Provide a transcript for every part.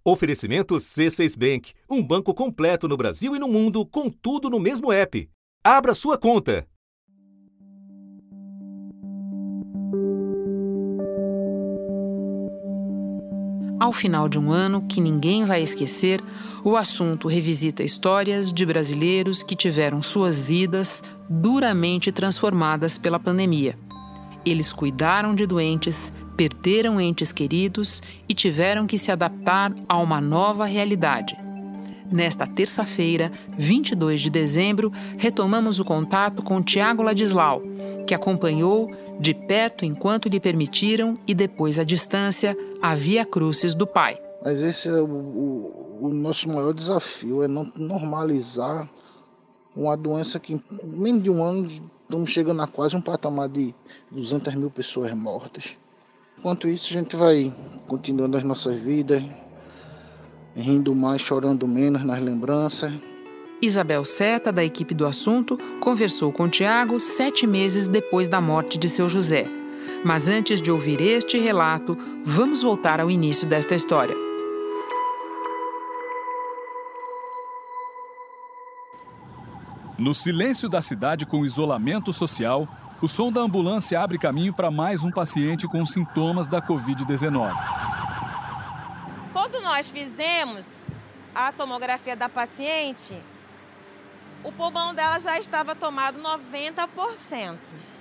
Oferecimento C6 Bank, um banco completo no Brasil e no mundo, com tudo no mesmo app. Abra sua conta. Ao final de um ano que ninguém vai esquecer, o assunto revisita histórias de brasileiros que tiveram suas vidas duramente transformadas pela pandemia. Eles cuidaram de doentes, perderam entes queridos e tiveram que se adaptar a uma nova realidade. Nesta terça-feira, 22 de dezembro, retomamos o contato com Tiago Ladislau, que acompanhou de perto enquanto lhe permitiram e depois à distância a Via Crucis do pai. Mas esse é o nosso maior desafio, é não normalizar uma doença que em menos de um ano estamos chegando a quase um patamar de 200 mil pessoas mortas. Enquanto isso, a gente vai continuando as nossas vidas, rindo mais, chorando menos nas lembranças. Isabel Seta, da equipe do assunto, conversou com Tiago 7 meses depois da morte de seu José. Mas antes de ouvir este relato, vamos voltar ao início desta história. No silêncio da cidade com isolamento social, o som da ambulância abre caminho para mais um paciente com sintomas da Covid-19. Quando nós fizemos a tomografia da paciente, o pulmão dela já estava tomado 90%.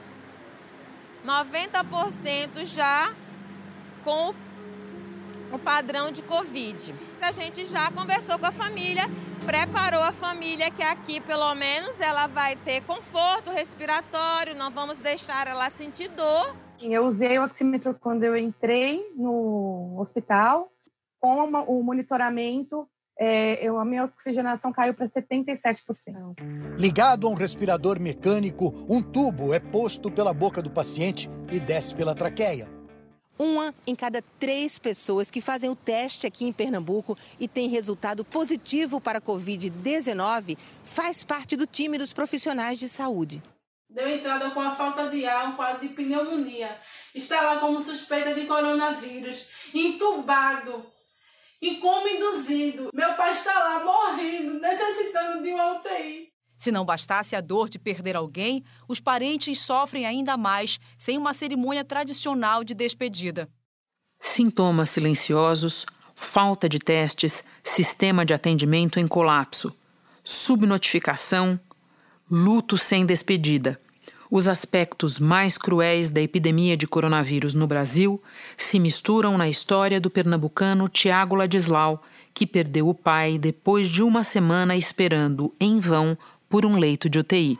90% já com o padrão de Covid. A gente já conversou com a família, preparou a família que aqui, pelo menos, ela vai ter conforto respiratório, não vamos deixar ela sentir dor. Eu usei o oxímetro quando eu entrei no hospital. Com o monitoramento, a minha oxigenação caiu para 77%. Ligado a um respirador mecânico, um tubo é posto pela boca do paciente e desce pela traqueia. 1 em cada 3 pessoas que fazem o teste aqui em Pernambuco e tem resultado positivo para a Covid-19 faz parte do time dos profissionais de saúde. Deu entrada com a falta de ar, um quadro de pneumonia. Está lá como suspeita de coronavírus, entubado, em coma induzido. Meu pai está lá morrendo, necessitando de uma UTI. Se não bastasse a dor de perder alguém, os parentes sofrem ainda mais, sem uma cerimônia tradicional de despedida. Sintomas silenciosos, falta de testes, sistema de atendimento em colapso, subnotificação, luto sem despedida. Os aspectos mais cruéis da epidemia de coronavírus no Brasil se misturam na história do pernambucano Tiago Ladislau, que perdeu o pai depois de uma semana esperando, em vão, por um leito de UTI.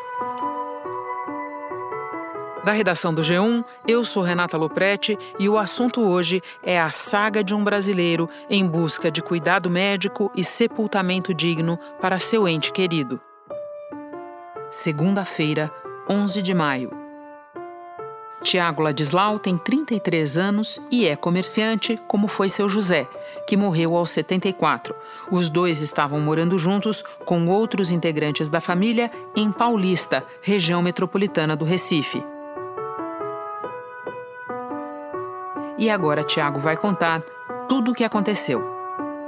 Da redação do G1, eu sou Renata Lopretti e o assunto hoje é a saga de um brasileiro em busca de cuidado médico e sepultamento digno para seu ente querido. Segunda-feira, 11 de maio. Tiago Ladislau tem 33 anos e é comerciante, como foi seu José, que morreu aos 74. Os dois estavam morando juntos com outros integrantes da família em Paulista, região metropolitana do Recife. E agora Tiago vai contar tudo o que aconteceu.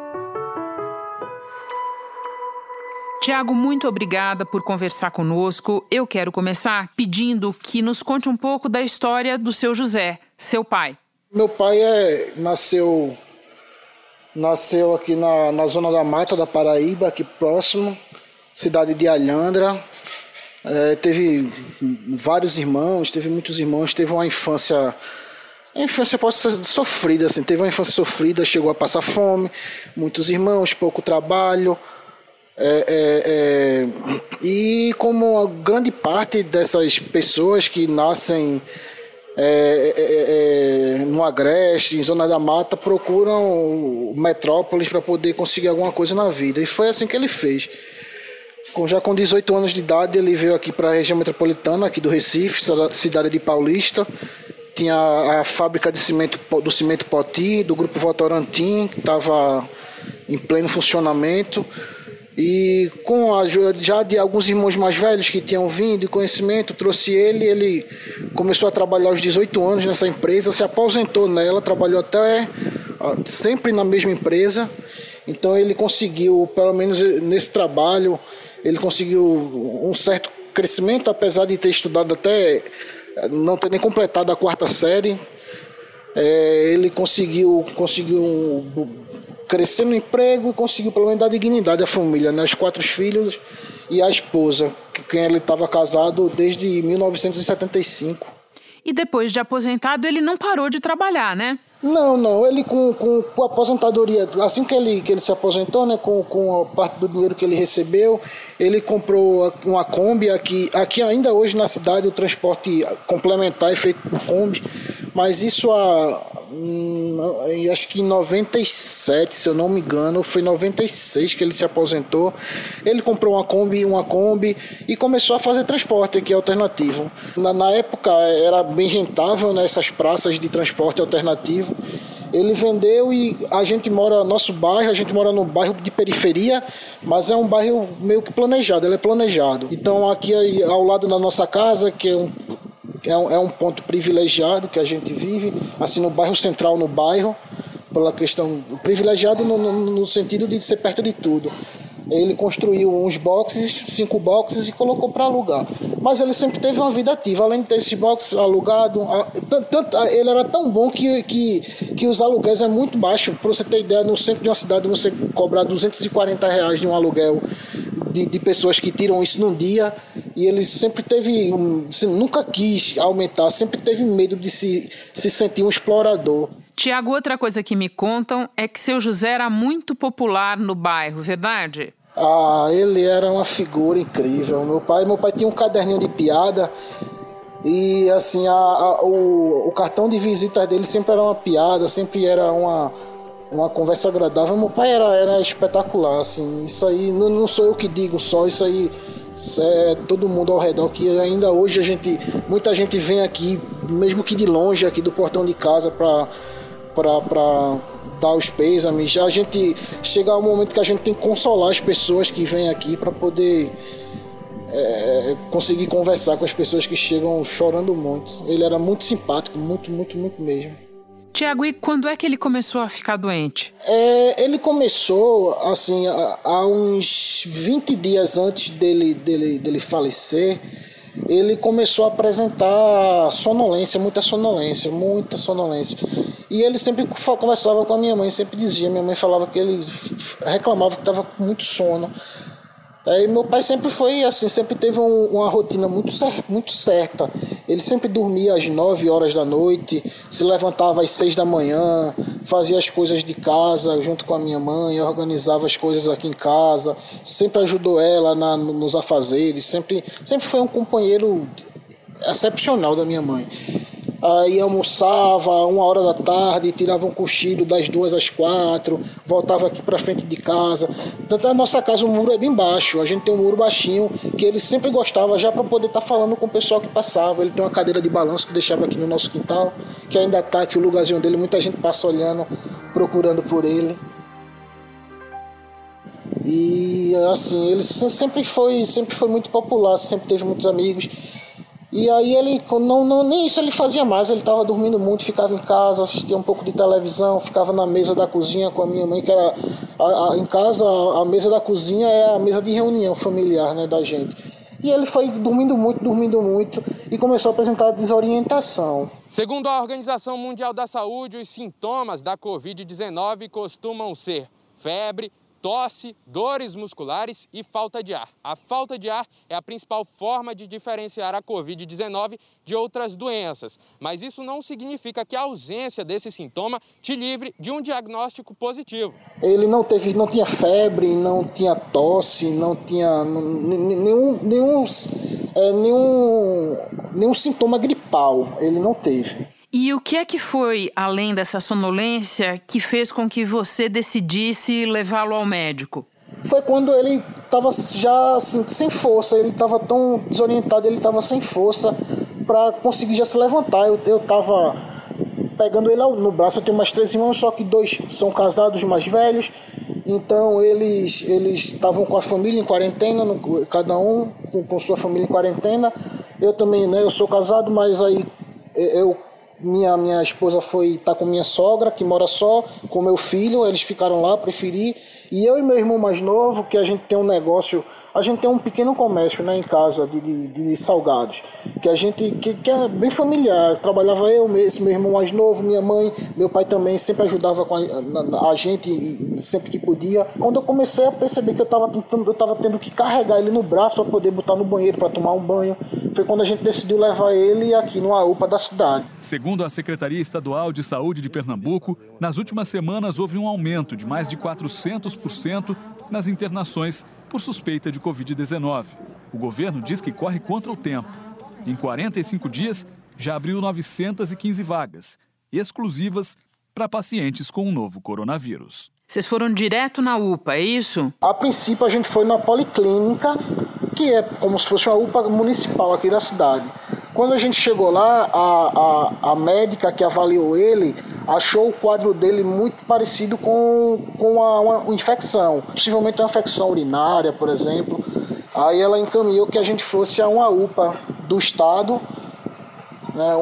Tiago, muito obrigada por conversar conosco. Eu quero começar pedindo que nos conte um pouco da história do seu José, seu pai. Meu pai nasceu aqui na zona da Mata da Paraíba, aqui próximo, cidade de Alhandra. Teve vários irmãos, teve muitos irmãos, teve uma infância... A infância pode ser sofrida, assim, teve uma infância sofrida, chegou a passar fome, muitos irmãos, pouco trabalho... E como a grande parte dessas pessoas que nascem no Agreste, em Zona da Mata, procuram metrópoles para poder conseguir alguma coisa na vida. E foi assim que ele fez. Já com 18 anos de idade, ele veio aqui para a região metropolitana, aqui do Recife, cidade de Paulista. Tinha a fábrica do cimento Poti, do Grupo Votorantim, que estava em pleno funcionamento. E com a ajuda já de alguns irmãos mais velhos que tinham vindo e conhecimento, trouxe ele começou a trabalhar aos 18 anos nessa empresa, se aposentou nela, trabalhou até sempre na mesma empresa. Então ele conseguiu, pelo menos nesse trabalho, ele conseguiu um certo crescimento, apesar de ter estudado até não ter nem completado a 4ª série. Ele conseguiu crescer no emprego e conseguiu pelo menos dar dignidade à família, né? Os 4 filhos e a esposa, com quem ele estava casado desde 1975. E depois de aposentado, ele não parou de trabalhar, né? Não, ele com a aposentadoria, assim que ele se aposentou, né, com a parte do dinheiro que ele recebeu, ele comprou uma Kombi. Aqui ainda hoje na cidade o transporte complementar é feito por Kombi, mas isso acho que em 97, se eu não me engano, foi em 96 que ele se aposentou. Ele comprou uma Kombi e começou a fazer transporte aqui alternativo. Na época era bem rentável, né, essas praças de transporte alternativo. Ele vendeu e a gente mora num bairro de periferia, mas é um bairro meio que planejado, ele é planejado. Então aqui ao lado da nossa casa, que é um ponto privilegiado que a gente vive, assim, no bairro central, no bairro, pela questão privilegiado no sentido de ser perto de tudo. Ele construiu uns boxes, 5 boxes e colocou para alugar. Mas ele sempre teve uma vida ativa, além de ter esses boxes alugados. Ele era tão bom que os aluguéis é muito baixo. Para você ter ideia, no centro de uma cidade você cobrar R$240 de um aluguel de pessoas que tiram isso num dia. E ele sempre nunca quis aumentar, sempre teve medo de se sentir um explorador. Tiago, outra coisa que me contam é que seu José era muito popular no bairro, verdade? Ele era uma figura incrível. Meu pai tinha um caderninho de piada e assim, o cartão de visitas dele sempre era uma piada, sempre era uma conversa agradável. Meu pai era espetacular, assim. Isso aí não sou eu que digo só, isso aí é todo mundo ao redor, que ainda hoje muita gente vem aqui, mesmo que de longe, aqui do portão de casa, para dar os pêsames. Já a gente chega ao momento que a gente tem que consolar as pessoas que vêm aqui para poder conseguir conversar com as pessoas que chegam chorando muito. Ele era muito simpático, muito, muito, muito mesmo. Tiago, e quando é que ele começou a ficar doente? Ele começou, assim, há uns 20 dias antes dele falecer. Ele começou a apresentar sonolência, muita sonolência. E ele sempre conversava com a minha mãe, sempre dizia. Minha mãe falava que ele reclamava que estava com muito sono. Aí meu pai sempre foi assim, sempre teve uma rotina muito certa. Ele sempre dormia às 9 horas da noite, se levantava às 6 da manhã, fazia as coisas de casa junto com a minha mãe, organizava as coisas aqui em casa, sempre ajudou ela nos afazeres, sempre foi um companheiro excepcional da minha mãe. Aí almoçava 1h da tarde, tirava um cochilo das 2 às 4, voltava aqui para frente de casa. Tanto a nossa casa, o muro é bem baixo, a gente tem um muro baixinho, que ele sempre gostava já para poder estar falando com o pessoal que passava. Ele tem uma cadeira de balanço que deixava aqui no nosso quintal, que ainda está aqui o lugarzinho dele, muita gente passa olhando, procurando por ele. E assim, ele sempre foi muito popular, sempre teve muitos amigos. E aí ele, nem isso ele fazia mais, ele estava dormindo muito, ficava em casa, assistia um pouco de televisão, ficava na mesa da cozinha com a minha mãe, que era, em casa, a mesa da cozinha é a mesa de reunião familiar, né, da gente. E ele foi dormindo muito, e começou a apresentar desorientação. Segundo a Organização Mundial da Saúde, os sintomas da Covid-19 costumam ser febre, tosse, dores musculares e falta de ar. A falta de ar é a principal forma de diferenciar a Covid-19 de outras doenças. Mas isso não significa que a ausência desse sintoma te livre de um diagnóstico positivo. Ele não tinha febre, não tinha tosse, não tinha nenhum sintoma gripal. Ele não teve. E o que é que foi, além dessa sonolência, que fez com que você decidisse levá-lo ao médico? Foi quando ele estava já assim, sem força, ele estava tão desorientado, ele estava sem força para conseguir já se levantar. Eu estava pegando ele no braço, eu tenho mais 3 irmãos, só que 2 são casados mais velhos, então eles estavam com a família em quarentena, cada um com sua família em quarentena. Eu também, né, eu sou casado, mas aí eu Minha esposa tá com minha sogra, que mora só, com meu filho, eles ficaram lá, preferi. E eu e meu irmão mais novo, que a gente tem um negócio, a gente tem um pequeno comércio, né, em casa de salgados, que a gente que é bem familiar. Trabalhava esse meu irmão mais novo, minha mãe, meu pai também sempre ajudava com a gente sempre que podia. Quando eu comecei a perceber que eu estava tendo que carregar ele no braço para poder botar no banheiro para tomar um banho, foi quando a gente decidiu levar ele aqui numa UPA da cidade. Segundo a Secretaria Estadual de Saúde de Pernambuco, nas últimas semanas houve um aumento de mais de 400% nas internações por suspeita de Covid-19. O governo diz que corre contra o tempo. Em 45 dias, já abriu 915 vagas, exclusivas para pacientes com o novo coronavírus. Vocês foram direto na UPA, é isso? A princípio, a gente foi na Policlínica, que é como se fosse uma UPA municipal aqui da cidade. Quando a gente chegou lá, a médica que avaliou ele achou o quadro dele muito parecido com uma infecção, possivelmente uma infecção urinária, por exemplo. Aí ela encaminhou que a gente fosse a uma UPA do estado, né,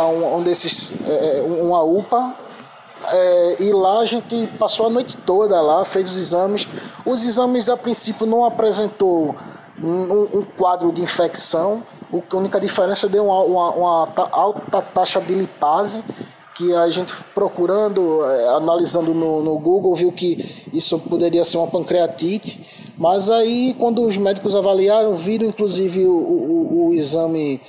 uma UPA, e lá a gente passou a noite toda lá, fez os exames. Os exames, a princípio, não apresentou um quadro de infecção. A única diferença deu uma alta taxa de lipase, que a gente procurando, analisando no Google, viu que isso poderia ser uma pancreatite. Mas aí, quando os médicos avaliaram, viram inclusive o exame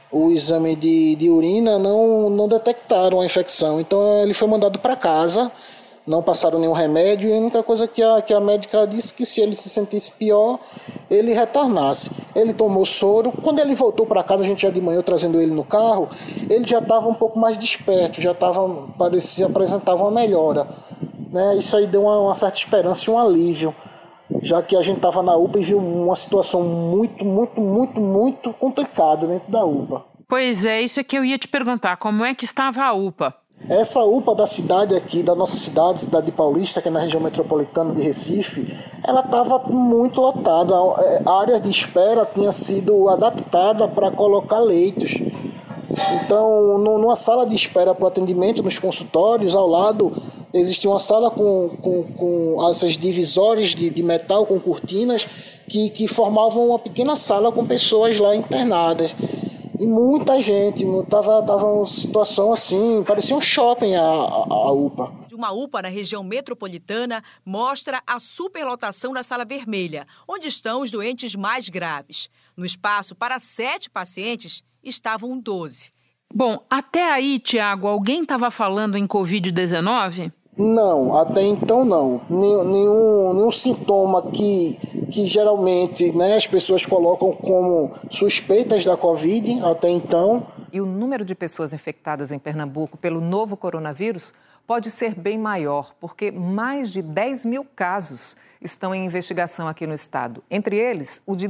de urina, não detectaram a infecção. Então ele foi mandado para casa, não passaram nenhum remédio, e a única coisa que a médica disse que se ele se sentisse pior, ele retornasse. Ele tomou soro. Quando ele voltou para casa, a gente já de manhã trazendo ele no carro, ele já estava um pouco mais desperto, apresentava uma melhora, né? Isso aí deu uma certa esperança e um alívio, já que a gente estava na UPA e viu uma situação muito, muito, muito, muito complicada dentro da UPA. Pois é, isso é que eu ia te perguntar, como é que estava a UPA? Essa UPA da cidade aqui, da nossa cidade de Paulista, que é na região metropolitana de Recife, ela estava muito lotada. A área de espera tinha sido adaptada para colocar leitos. Então, numa sala de espera para o atendimento nos consultórios, ao lado, existia uma sala com essas divisórias de metal com cortinas que formavam uma pequena sala com pessoas lá internadas. E muita gente, estava uma situação assim, parecia um shopping a UPA. Uma UPA na região metropolitana mostra a superlotação da sala vermelha, onde estão os doentes mais graves. No espaço para 7 pacientes, estavam 12. Bom, até aí, Tiago, alguém estava falando em Covid-19? Não, até então não. Nenhum sintoma que geralmente, né, as pessoas colocam como suspeitas da Covid até então. E o número de pessoas infectadas em Pernambuco pelo novo coronavírus pode ser bem maior, porque mais de 10 mil casos estão em investigação aqui no estado. Entre eles, o de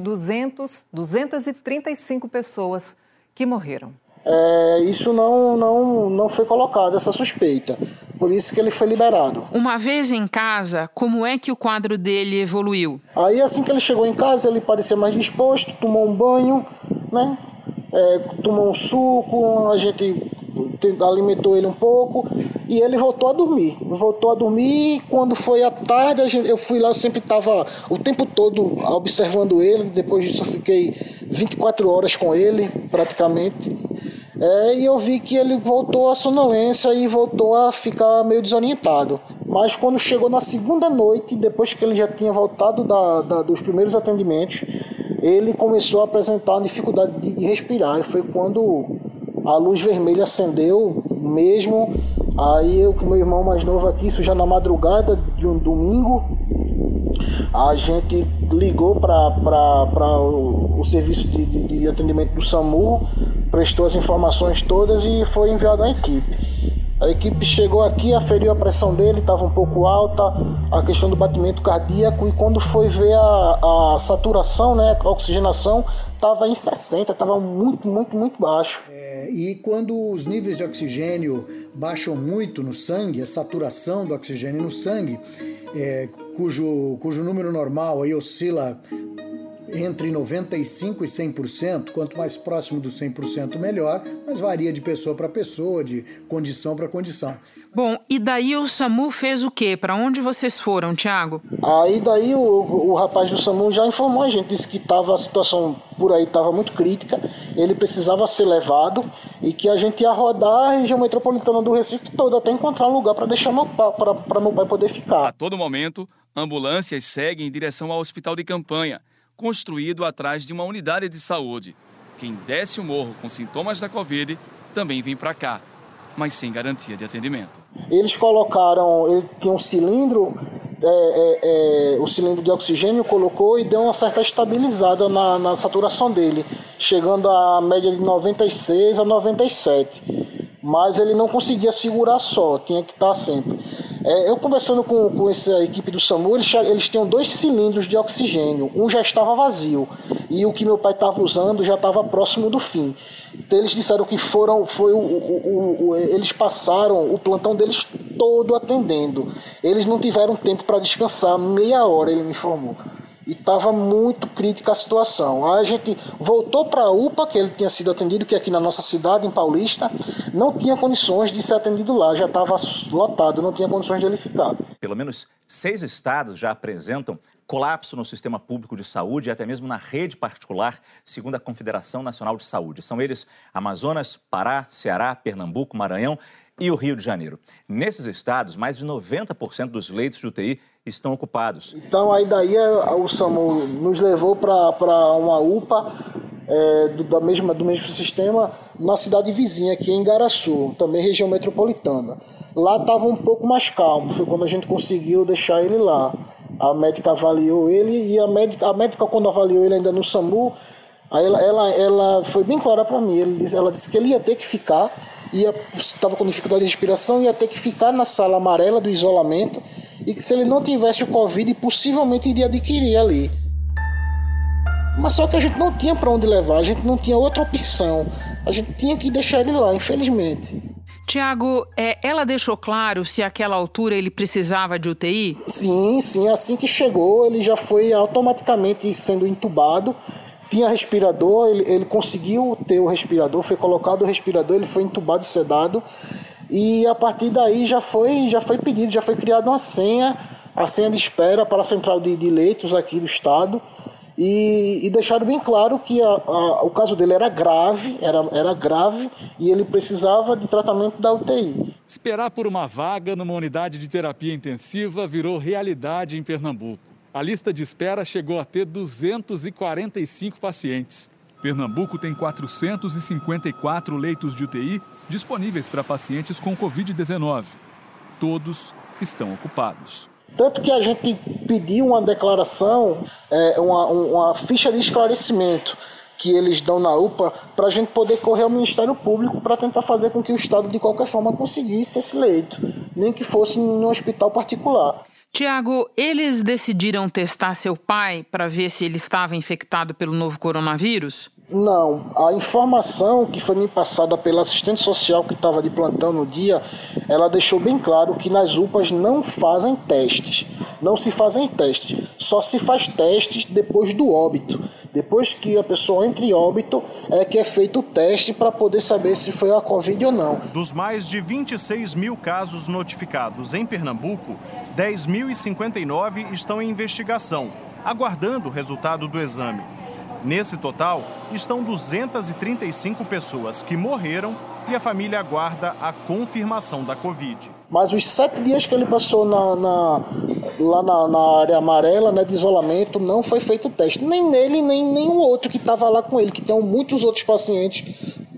235 pessoas que morreram. Isso não foi colocado, essa suspeita. Por isso que ele foi liberado. Uma vez em casa, como é que o quadro dele evoluiu? Aí, assim que ele chegou em casa, ele parecia mais disposto, tomou um banho, né? Tomou um suco, a gente alimentou ele um pouco e ele voltou a dormir. E quando foi à tarde, eu fui lá, eu sempre estava o tempo todo observando ele. Depois disso eu fiquei 24 horas com ele, praticamente. E eu vi que ele voltou à sonolência e voltou a ficar meio desorientado. Mas quando chegou na segunda noite, depois que ele já tinha voltado dos primeiros atendimentos, ele começou a apresentar uma dificuldade de respirar. E foi quando a luz vermelha acendeu mesmo. Aí eu com meu irmão mais novo aqui, isso já na madrugada de um domingo, a gente ligou para o serviço de atendimento do SAMU, prestou as informações todas e foi enviada a equipe. A equipe chegou aqui, aferiu a pressão dele, estava um pouco alta, a questão do batimento cardíaco, e quando foi ver a saturação, né, a oxigenação, estava em 60, estava muito, muito, muito baixo. E quando os níveis de oxigênio baixam muito no sangue, a saturação do oxigênio no sangue, cujo número normal aí oscila entre 95% e 100%, quanto mais próximo do 100% melhor, mas varia de pessoa para pessoa, de condição para condição. Bom, e daí o SAMU fez o quê? Para onde vocês foram, Tiago? Aí daí o rapaz do SAMU já informou a gente, disse que a situação por aí estava muito crítica, ele precisava ser levado e que a gente ia rodar a região metropolitana do Recife toda até encontrar um lugar para deixar para meu pai poder ficar. A todo momento, ambulâncias seguem em direção ao hospital de campanha, construído atrás de uma unidade de saúde. Quem desce o morro com sintomas da Covid também vem para cá, mas sem garantia de atendimento. Eles colocaram, ele tinha um cilindro, o cilindro de oxigênio colocou e deu uma certa estabilizada na saturação dele, chegando a média de 96 a 97. Mas ele não conseguia segurar só, tinha que estar sempre. Eu conversando com essa equipe do SAMU, eles tinham 2 cilindros de oxigênio, um já estava vazio e o que meu pai estava usando já estava próximo do fim. Então eles disseram que eles passaram o plantão deles todo atendendo. Eles não tiveram tempo para descansar, meia hora, ele me informou. E estava muito crítica a situação. Aí a gente voltou para a UPA, que ele tinha sido atendido, que aqui na nossa cidade, em Paulista, não tinha condições de ser atendido lá, já estava lotado, não tinha condições de ele ficar. Pelo menos 6 estados já apresentam colapso no sistema público de saúde e até mesmo na rede particular, segundo a Confederação Nacional de Saúde. São eles Amazonas, Pará, Ceará, Pernambuco, Maranhão e o Rio de Janeiro. Nesses estados, mais de 90% dos leitos de UTI estão ocupados. Então, aí daí o SAMU nos levou para uma UPA do mesmo sistema na cidade vizinha, aqui em Igaraçu, também região metropolitana. Lá estava um pouco mais calmo, foi quando a gente conseguiu deixar ele lá. A médica avaliou ele e a médica quando avaliou ele ainda no SAMU, aí ela foi bem clara para mim, ela disse que ele ia ter que ficar, estava com dificuldade de respiração, ia ter que ficar na sala amarela do isolamento e que se ele não tivesse o Covid, possivelmente iria adquirir ali. Mas só que a gente não tinha para onde levar, a gente não tinha outra opção, a gente tinha que deixar ele lá, infelizmente. Tiago, ela deixou claro se àquela altura ele precisava de UTI? Sim, assim que chegou ele já foi automaticamente sendo entubado. Tinha respirador, ele conseguiu ter o respirador, foi colocado o respirador, ele foi entubado e sedado. E a partir daí já foi pedido, já foi criada uma senha, a senha de espera para a central de leitos aqui do estado. E deixaram bem claro que o caso dele era grave e ele precisava de tratamento da UTI. Esperar por uma vaga numa unidade de terapia intensiva virou realidade em Pernambuco. A lista de espera chegou a ter 245 pacientes. Pernambuco tem 454 leitos de UTI disponíveis para pacientes com Covid-19. Todos estão ocupados. Tanto que a gente pediu uma declaração, uma ficha de esclarecimento que eles dão na UPA para a gente poder correr ao Ministério Público para tentar fazer com que o Estado, de qualquer forma, conseguisse esse leito, nem que fosse em um hospital particular. Tiago, eles decidiram testar seu pai para ver se ele estava infectado pelo novo coronavírus? Não, a informação que foi me passada pela assistente social que estava de plantão no dia, ela deixou bem claro que nas UPAs não fazem testes, não se fazem testes, só se faz testes depois do óbito. Depois que a pessoa entra em óbito, é que é feito o teste para poder saber se foi a Covid ou não. Dos mais de 26 mil casos notificados em Pernambuco, 10.059 estão em investigação, aguardando o resultado do exame. Nesse total, estão 235 pessoas que morreram e a família aguarda a confirmação da Covid. Mas os 7 dias que ele passou lá na área amarela, né, de isolamento, não foi feito teste. Nem nele, nem o outro que estava lá com ele, que tem muitos outros pacientes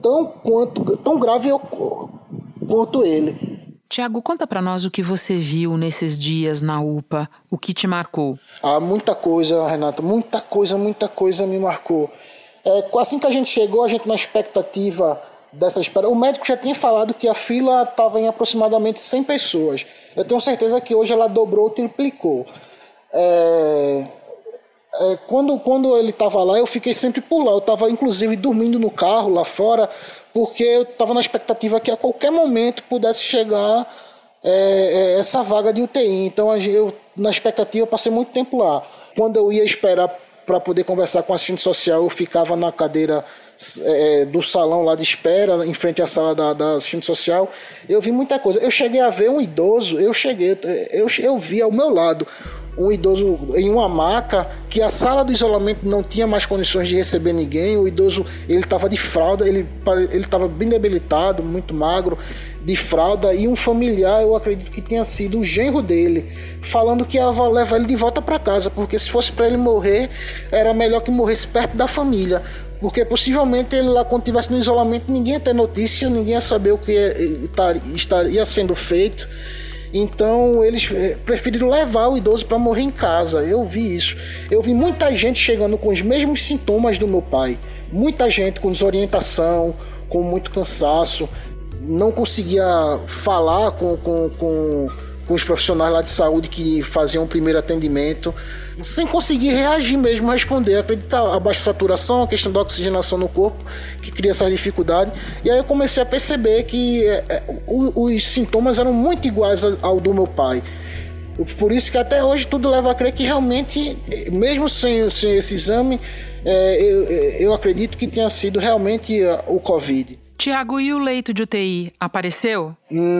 tão grave quanto ele. Tiago, conta para nós o que você viu nesses dias na UPA, o que te marcou. Muita coisa, Renata, muita coisa me marcou. Assim que a gente chegou, a gente na expectativa dessa espera, o médico já tinha falado que a fila estava em aproximadamente 100 pessoas. Eu tenho certeza que hoje ela dobrou, triplicou. Quando ele estava lá, eu fiquei sempre por lá. Eu estava inclusive dormindo no carro lá fora, porque eu estava na expectativa que a qualquer momento pudesse chegar essa vaga de UTI. Então eu, na expectativa, passei muito tempo lá. Quando eu ia esperar para poder conversar com a assistente social, eu ficava na cadeira do salão lá de espera, em frente à sala da assistente social. Eu vi muita coisa. Eu cheguei a ver um idoso, eu vi ao meu lado um idoso em uma maca, que a sala do isolamento não tinha mais condições de receber ninguém. O idoso, ele estava de fralda, ele estava bem debilitado, muito magro, de fralda, e um familiar, eu acredito que tenha sido o genro dele, falando que ia levar ele de volta para casa, porque se fosse para ele morrer, era melhor que morresse perto da família, porque possivelmente ele lá, quando estivesse no isolamento, ninguém ia ter notícia, ninguém ia saber o que estaria sendo feito. Então eles preferiram levar o idoso para morrer em casa. Eu vi isso. Eu vi muita gente chegando com os mesmos sintomas do meu pai. Muita gente com desorientação, com muito cansaço. Não conseguia falar com os profissionais lá de saúde que faziam o primeiro atendimento, sem conseguir reagir mesmo, responder. Acreditar a baixa saturação, a questão da oxigenação no corpo, que cria essa dificuldade. E aí eu comecei a perceber que os sintomas eram muito iguais ao do meu pai. Por isso que até hoje tudo leva a crer que realmente, mesmo sem esse exame, eu acredito que tenha sido realmente o Covid. Tiago, e o leito de UTI apareceu?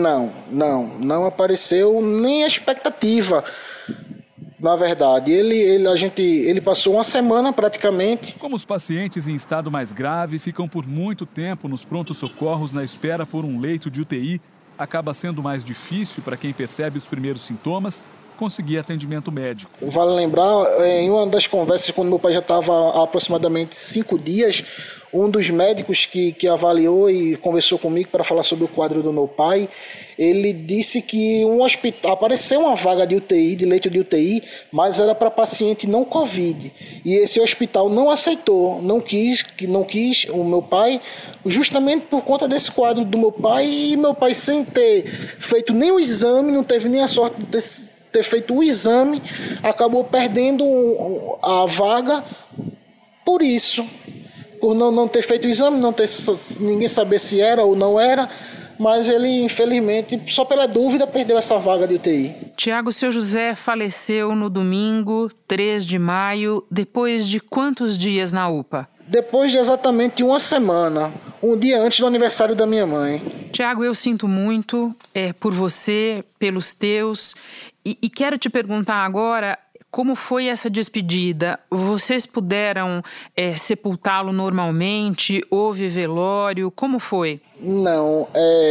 Não apareceu nem a expectativa. Na verdade, ele passou uma semana praticamente. Como os pacientes em estado mais grave ficam por muito tempo nos prontos-socorros na espera por um leito de UTI, acaba sendo mais difícil para quem percebe os primeiros sintomas conseguir atendimento médico. Vale lembrar, em uma das conversas, quando meu pai já estava há aproximadamente 5 dias, um dos médicos que avaliou e conversou comigo para falar sobre o quadro do meu pai, ele disse que apareceu uma vaga de UTI, de leito de UTI, mas era para paciente não Covid. E esse hospital não aceitou, não quis o meu pai, justamente por conta desse quadro do meu pai. E meu pai, sem ter feito nenhum exame, não teve nem a sorte de ter feito o exame, acabou perdendo a vaga por isso. Por não ter feito o exame, ninguém saber se era ou não era, mas ele, infelizmente, só pela dúvida, perdeu essa vaga de UTI. Tiago, seu José faleceu no domingo, 3 de maio, depois de quantos dias na UPA? Depois de exatamente uma semana, um dia antes do aniversário da minha mãe. Tiago, eu sinto muito por você, pelos teus, e quero te perguntar agora, como foi essa despedida? Vocês puderam sepultá-lo normalmente? Houve velório? Como foi? Não,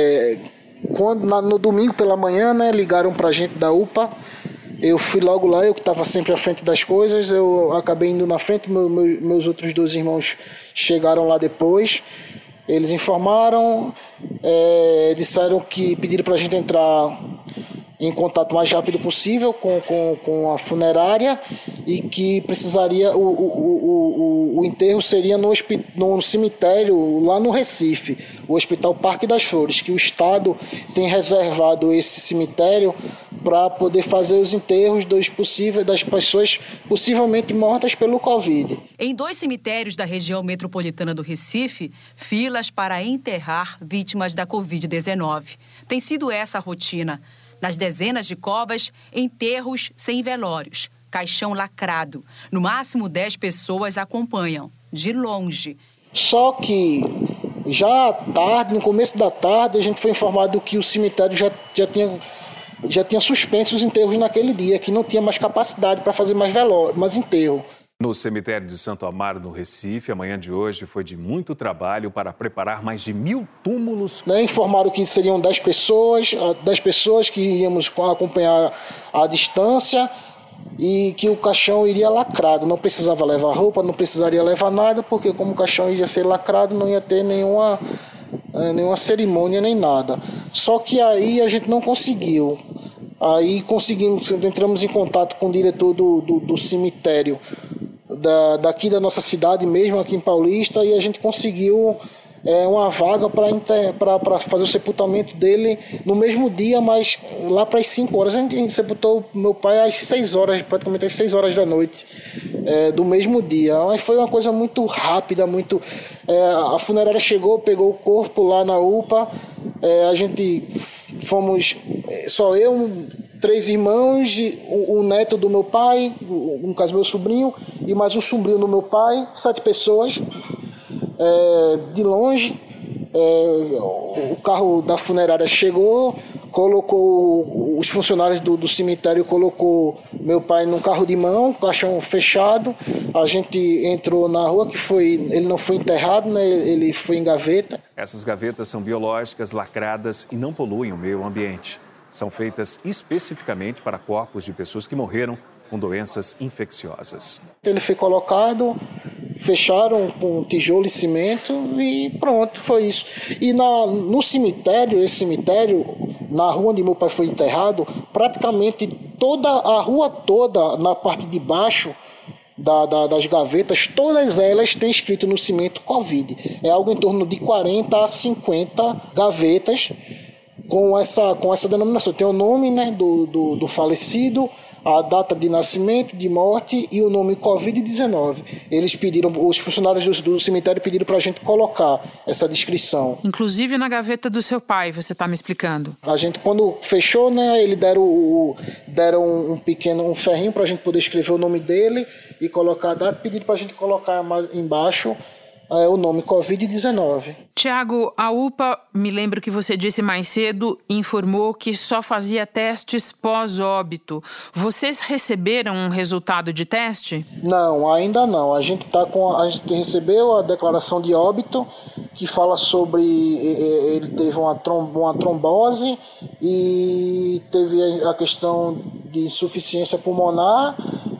no domingo pela manhã, ligaram pra gente da UPA. Eu fui logo lá, eu que estava sempre à frente das coisas, eu acabei indo na frente, meus outros 2 irmãos chegaram lá depois. Eles informaram, disseram que pediram pra gente entrar em contato o mais rápido possível com a funerária e que precisaria, o enterro seria no cemitério lá no Recife, o Hospital Parque das Flores, que o Estado tem reservado esse cemitério para poder fazer os enterros das pessoas possivelmente mortas pelo Covid. Em 2 cemitérios da região metropolitana do Recife, filas para enterrar vítimas da Covid-19. Tem sido essa a rotina. Nas dezenas de covas, enterros sem velórios, caixão lacrado. No máximo 10 pessoas acompanham, de longe. Só que já à tarde, no começo da tarde, a gente foi informado que o cemitério já tinha suspenso os enterros naquele dia, que não tinha mais capacidade para fazer mais enterro. No cemitério de Santo Amaro, no Recife, a manhã de hoje foi de muito trabalho para preparar mais de 1000 túmulos. Informaram que seriam 10 pessoas que iríamos acompanhar à distância e que o caixão iria lacrado. Não precisava levar roupa, não precisaria levar nada, porque como o caixão iria ser lacrado, não ia ter nenhuma cerimônia nem nada. Só que aí a gente não conseguiu. Aí entramos em contato com o diretor do cemitério daqui da nossa cidade mesmo, aqui em Paulista, e a gente conseguiu uma vaga para fazer o sepultamento dele no mesmo dia, mas lá para as 5 horas. A gente sepultou meu pai às 6 horas, praticamente às 6 horas da noite do mesmo dia. Mas foi uma coisa muito rápida, a funerária chegou, pegou o corpo lá na UPA, a gente fomos, só eu, 3 irmãos, o neto do meu pai, no caso meu sobrinho, e mais um sobrinho do meu pai, 7 pessoas. De longe, o carro da funerária chegou, colocou os funcionários do cemitério, colocou meu pai num carro de mão, caixão fechado. A gente entrou na rua, ele não foi enterrado, né? Ele foi em gaveta. Essas gavetas são biológicas, lacradas e não poluem o meio ambiente. São feitas especificamente para corpos de pessoas que morreram com doenças infecciosas. Ele foi colocado, fecharam com tijolo e cimento e pronto, foi isso. E no cemitério, esse cemitério, na rua onde meu pai foi enterrado, praticamente toda a rua toda, na parte de baixo das gavetas, todas elas têm escrito no cimento Covid. É algo em torno de 40 a 50 gavetas com essa denominação. Tem o nome, né, do falecido, a data de nascimento, de morte e o nome Covid-19. Eles pediram, os funcionários do cemitério pediram para a gente colocar essa descrição. Inclusive na gaveta do seu pai, você está me explicando. A gente, quando fechou, né, eles deram um ferrinho para a gente poder escrever o nome dele e colocar a data, pediram para a gente colocar mais embaixo o nome Covid-19. Tiago, a UPA, me lembro que você disse mais cedo, informou que só fazia testes pós-óbito. Vocês receberam um resultado de teste? Não, ainda não. A gente recebeu a declaração de óbito, que fala sobre ele teve uma trombose e teve a questão de insuficiência pulmonar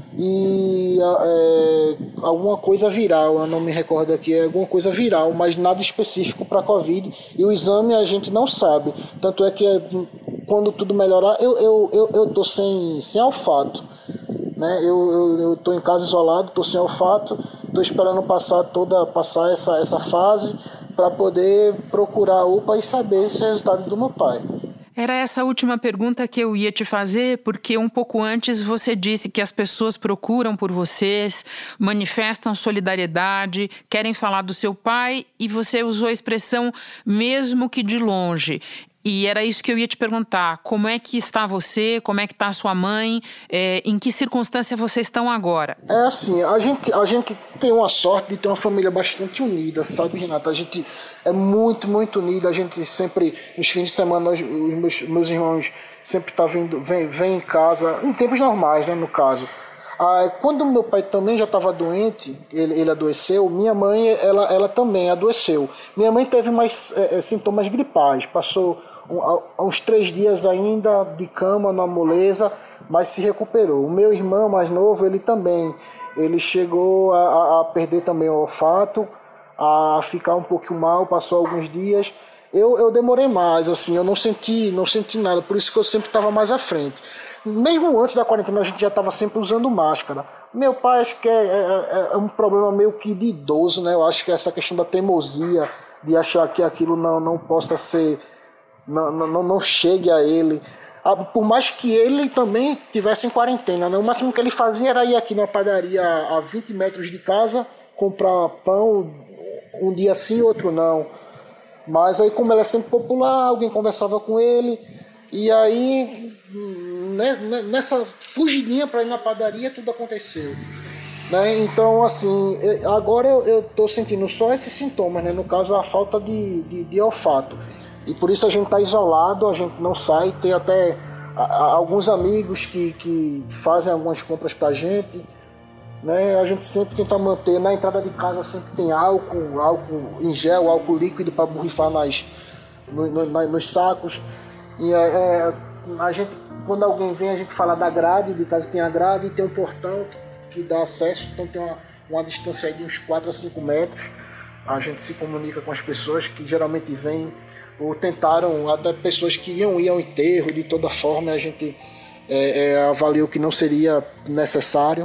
e alguma coisa viral, eu não me recordo aqui, é alguma coisa viral, mas nada específico para Covid, e o exame a gente não sabe, tanto é que quando tudo melhorar, eu tô sem olfato, né? Eu tô em casa isolado, tô sem olfato, tô esperando passar essa fase para poder procurar a UPA e saber esse resultado do meu pai. Era essa última pergunta que eu ia te fazer, porque um pouco antes você disse que as pessoas procuram por vocês, manifestam solidariedade, querem falar do seu pai e você usou a expressão mesmo que de longe. E era isso que eu ia te perguntar, como é que está você, como é que está a sua mãe, em que circunstância vocês estão agora? É assim, a gente tem uma sorte de ter uma família bastante unida, sabe, Renata? A gente é muito, muito unida, a gente sempre, nos fins de semana, os meus irmãos sempre vêm em casa, em tempos normais, né, no caso. Quando meu pai também já estava doente, ele adoeceu, minha mãe, ela também adoeceu. Minha mãe teve mais sintomas gripais, passou uns 3 dias ainda de cama na moleza, mas se recuperou. O meu irmão mais novo, ele chegou a perder também o olfato, a ficar um pouquinho mal, passou alguns dias. Eu demorei mais, assim, eu não senti nada, por isso que eu sempre estava mais à frente. Mesmo antes da quarentena, a gente já estava sempre usando máscara. Meu pai, acho que é um problema meio que de idoso, né? Eu acho que essa questão da teimosia, de achar que aquilo não possa ser, não chegue a ele. Por mais que ele também tivesse em quarentena, né? O máximo que ele fazia era ir aqui na padaria a 20 metros de casa, comprar pão, um dia sim, outro não. Mas aí, como ele é sempre popular, alguém conversava com ele, e aí, nessa fugidinha para ir na padaria, tudo aconteceu. Né? Então, assim, agora eu estou sentindo só esses sintomas, né? No caso, a falta de olfato. E por isso a gente está isolado, a gente não sai. Tem até alguns amigos que fazem algumas compras para a gente. Né? A gente sempre tenta manter, na entrada de casa sempre tem álcool em gel, álcool líquido para borrifar nos sacos. E a gente, quando alguém vem, a gente fala da grade, de casa tem a grade e tem um portão que dá acesso, então tem uma distância aí de uns 4 a 5 metros. A gente se comunica com as pessoas que geralmente vêm ou tentaram, até pessoas que iam ao enterro, de toda forma a gente avaliou que não seria necessário.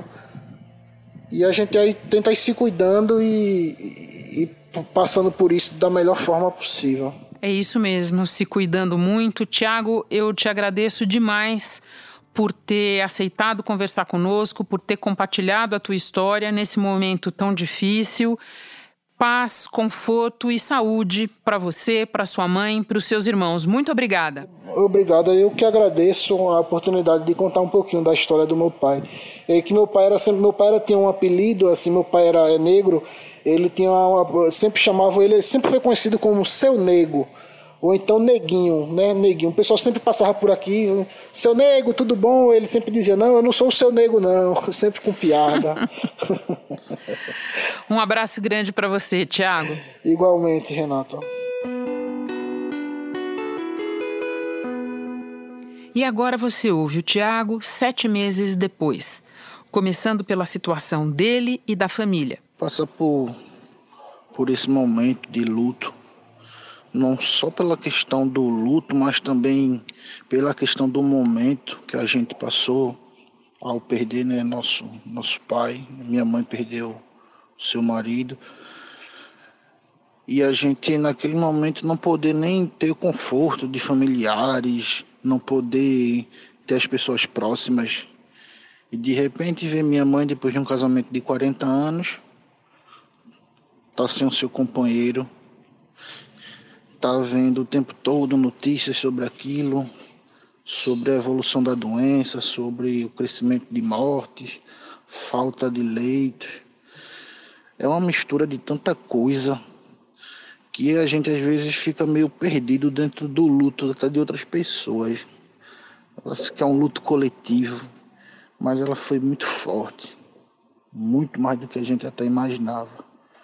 E a gente aí tenta ir se cuidando e passando por isso da melhor forma possível. É isso mesmo, se cuidando muito. Tiago, eu te agradeço demais por ter aceitado conversar conosco, por ter compartilhado a tua história nesse momento tão difícil. Paz, conforto e saúde para você, para sua mãe, para os seus irmãos. Muito obrigada. Obrigado. Eu que agradeço a oportunidade de contar um pouquinho da história do meu pai. É que meu pai tinha um apelido, assim, meu pai era negro, ele tinha sempre chamava ele sempre foi conhecido como Seu Nego. Ou então Neguinho, né? Neguinho. O pessoal sempre passava por aqui, Seu Nego, tudo bom? Ele sempre dizia, não, eu não sou o Seu Nego, não. Sempre com piada. Um abraço grande para você, Tiago. Igualmente, Renata. E agora você ouve o Tiago 7 meses depois, começando pela situação dele e da família. Passa por esse momento de luto, não só pela questão do luto, mas também pela questão do momento que a gente passou ao perder, né, nosso pai. Minha mãe perdeu seu marido. E a gente, naquele momento, não poder nem ter o conforto de familiares, não poder ter as pessoas próximas. E, de repente, ver minha mãe, depois de um casamento de 40 anos, tá sem o seu companheiro, tá vendo o tempo todo notícias sobre aquilo, sobre a evolução da doença, sobre o crescimento de mortes, falta de leitos. É uma mistura de tanta coisa que a gente às vezes fica meio perdido dentro do luto até de outras pessoas. Parece que é um luto coletivo, mas ela foi muito forte, muito mais do que a gente até imaginava.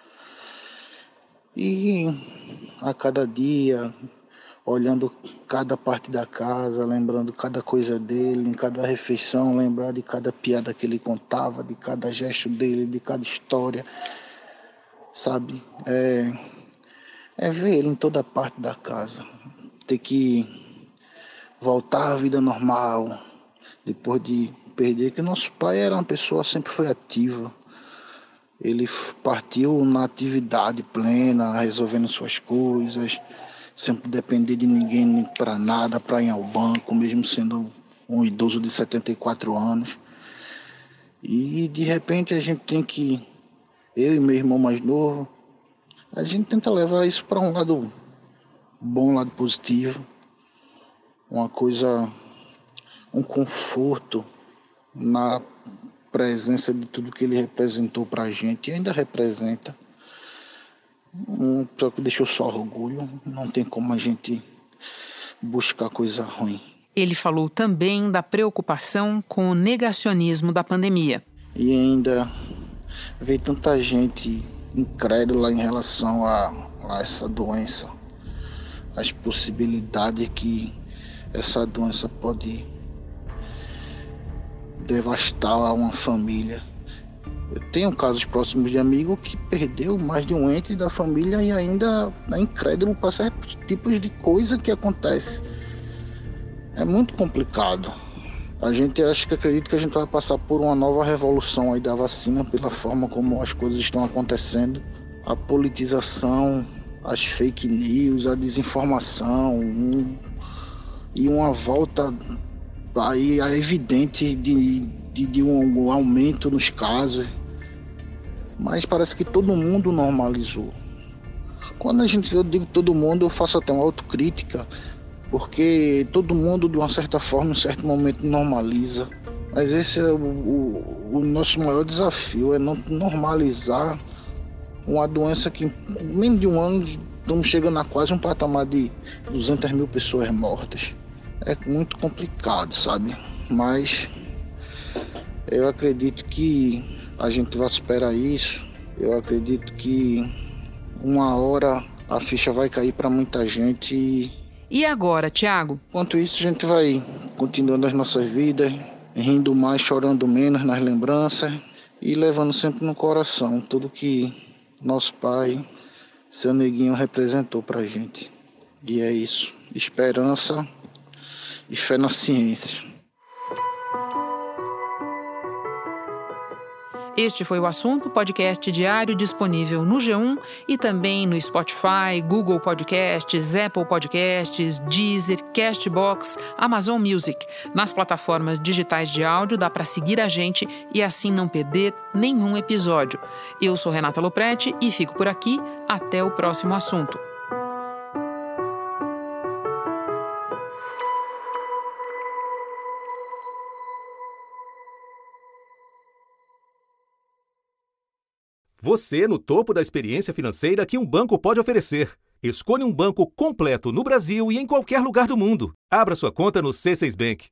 E a cada dia, olhando cada parte da casa, lembrando cada coisa dele, em cada refeição, lembrar de cada piada que ele contava, de cada gesto dele, de cada história, sabe? É ver ele em toda parte da casa, ter que voltar à vida normal, depois de perder, que nosso pai era uma pessoa, sempre foi ativa. Ele partiu na atividade plena, resolvendo suas coisas, sempre depender de ninguém para nada, para ir ao banco, mesmo sendo um idoso de 74 anos. E de repente a gente tem que, eu e meu irmão mais novo, a gente tenta levar isso para um lado bom, um lado positivo, uma coisa, um conforto na presença de tudo que ele representou para a gente e ainda representa. Só que deixou só orgulho, não tem como a gente buscar coisa ruim. Ele falou também da preocupação com o negacionismo da pandemia. E ainda veio tanta gente incrédula em relação a essa doença, as possibilidades que essa doença pode devastar uma família. Eu tenho casos próximos de amigo que perdeu mais de um ente da família e ainda é incrédulo para certos tipos de coisa que acontece. É muito complicado. A gente acredita que a gente vai passar por uma nova revolução aí da vacina, pela forma como as coisas estão acontecendo. A politização, as fake news, a desinformação e uma volta aí evidente de um aumento nos casos. Mas parece que todo mundo normalizou. Quando eu digo todo mundo, eu faço até uma autocrítica, porque todo mundo, de uma certa forma, em um certo momento, normaliza. Mas esse é o nosso maior desafio, é não normalizar uma doença que, em menos de um ano, estamos chegando a quase um patamar de 200 mil pessoas mortas. É muito complicado, sabe? Mas eu acredito que a gente vai superar isso. Eu acredito que uma hora a ficha vai cair para muita gente. E agora, Tiago? Enquanto isso, a gente vai continuando as nossas vidas, rindo mais, chorando menos nas lembranças e levando sempre no coração tudo que nosso pai, seu Neguinho, representou pra gente. E é isso. Esperança e fé na ciência. Este foi o Assunto, podcast diário disponível no G1 e também no Spotify, Google Podcasts, Apple Podcasts, Deezer, Castbox, Amazon Music. Nas plataformas digitais de áudio dá para seguir a gente e assim não perder nenhum episódio. Eu sou Renata Lopretti e fico por aqui. Até o próximo assunto. Você no topo da experiência financeira que um banco pode oferecer. Escolha um banco completo no Brasil e em qualquer lugar do mundo. Abra sua conta no C6 Bank.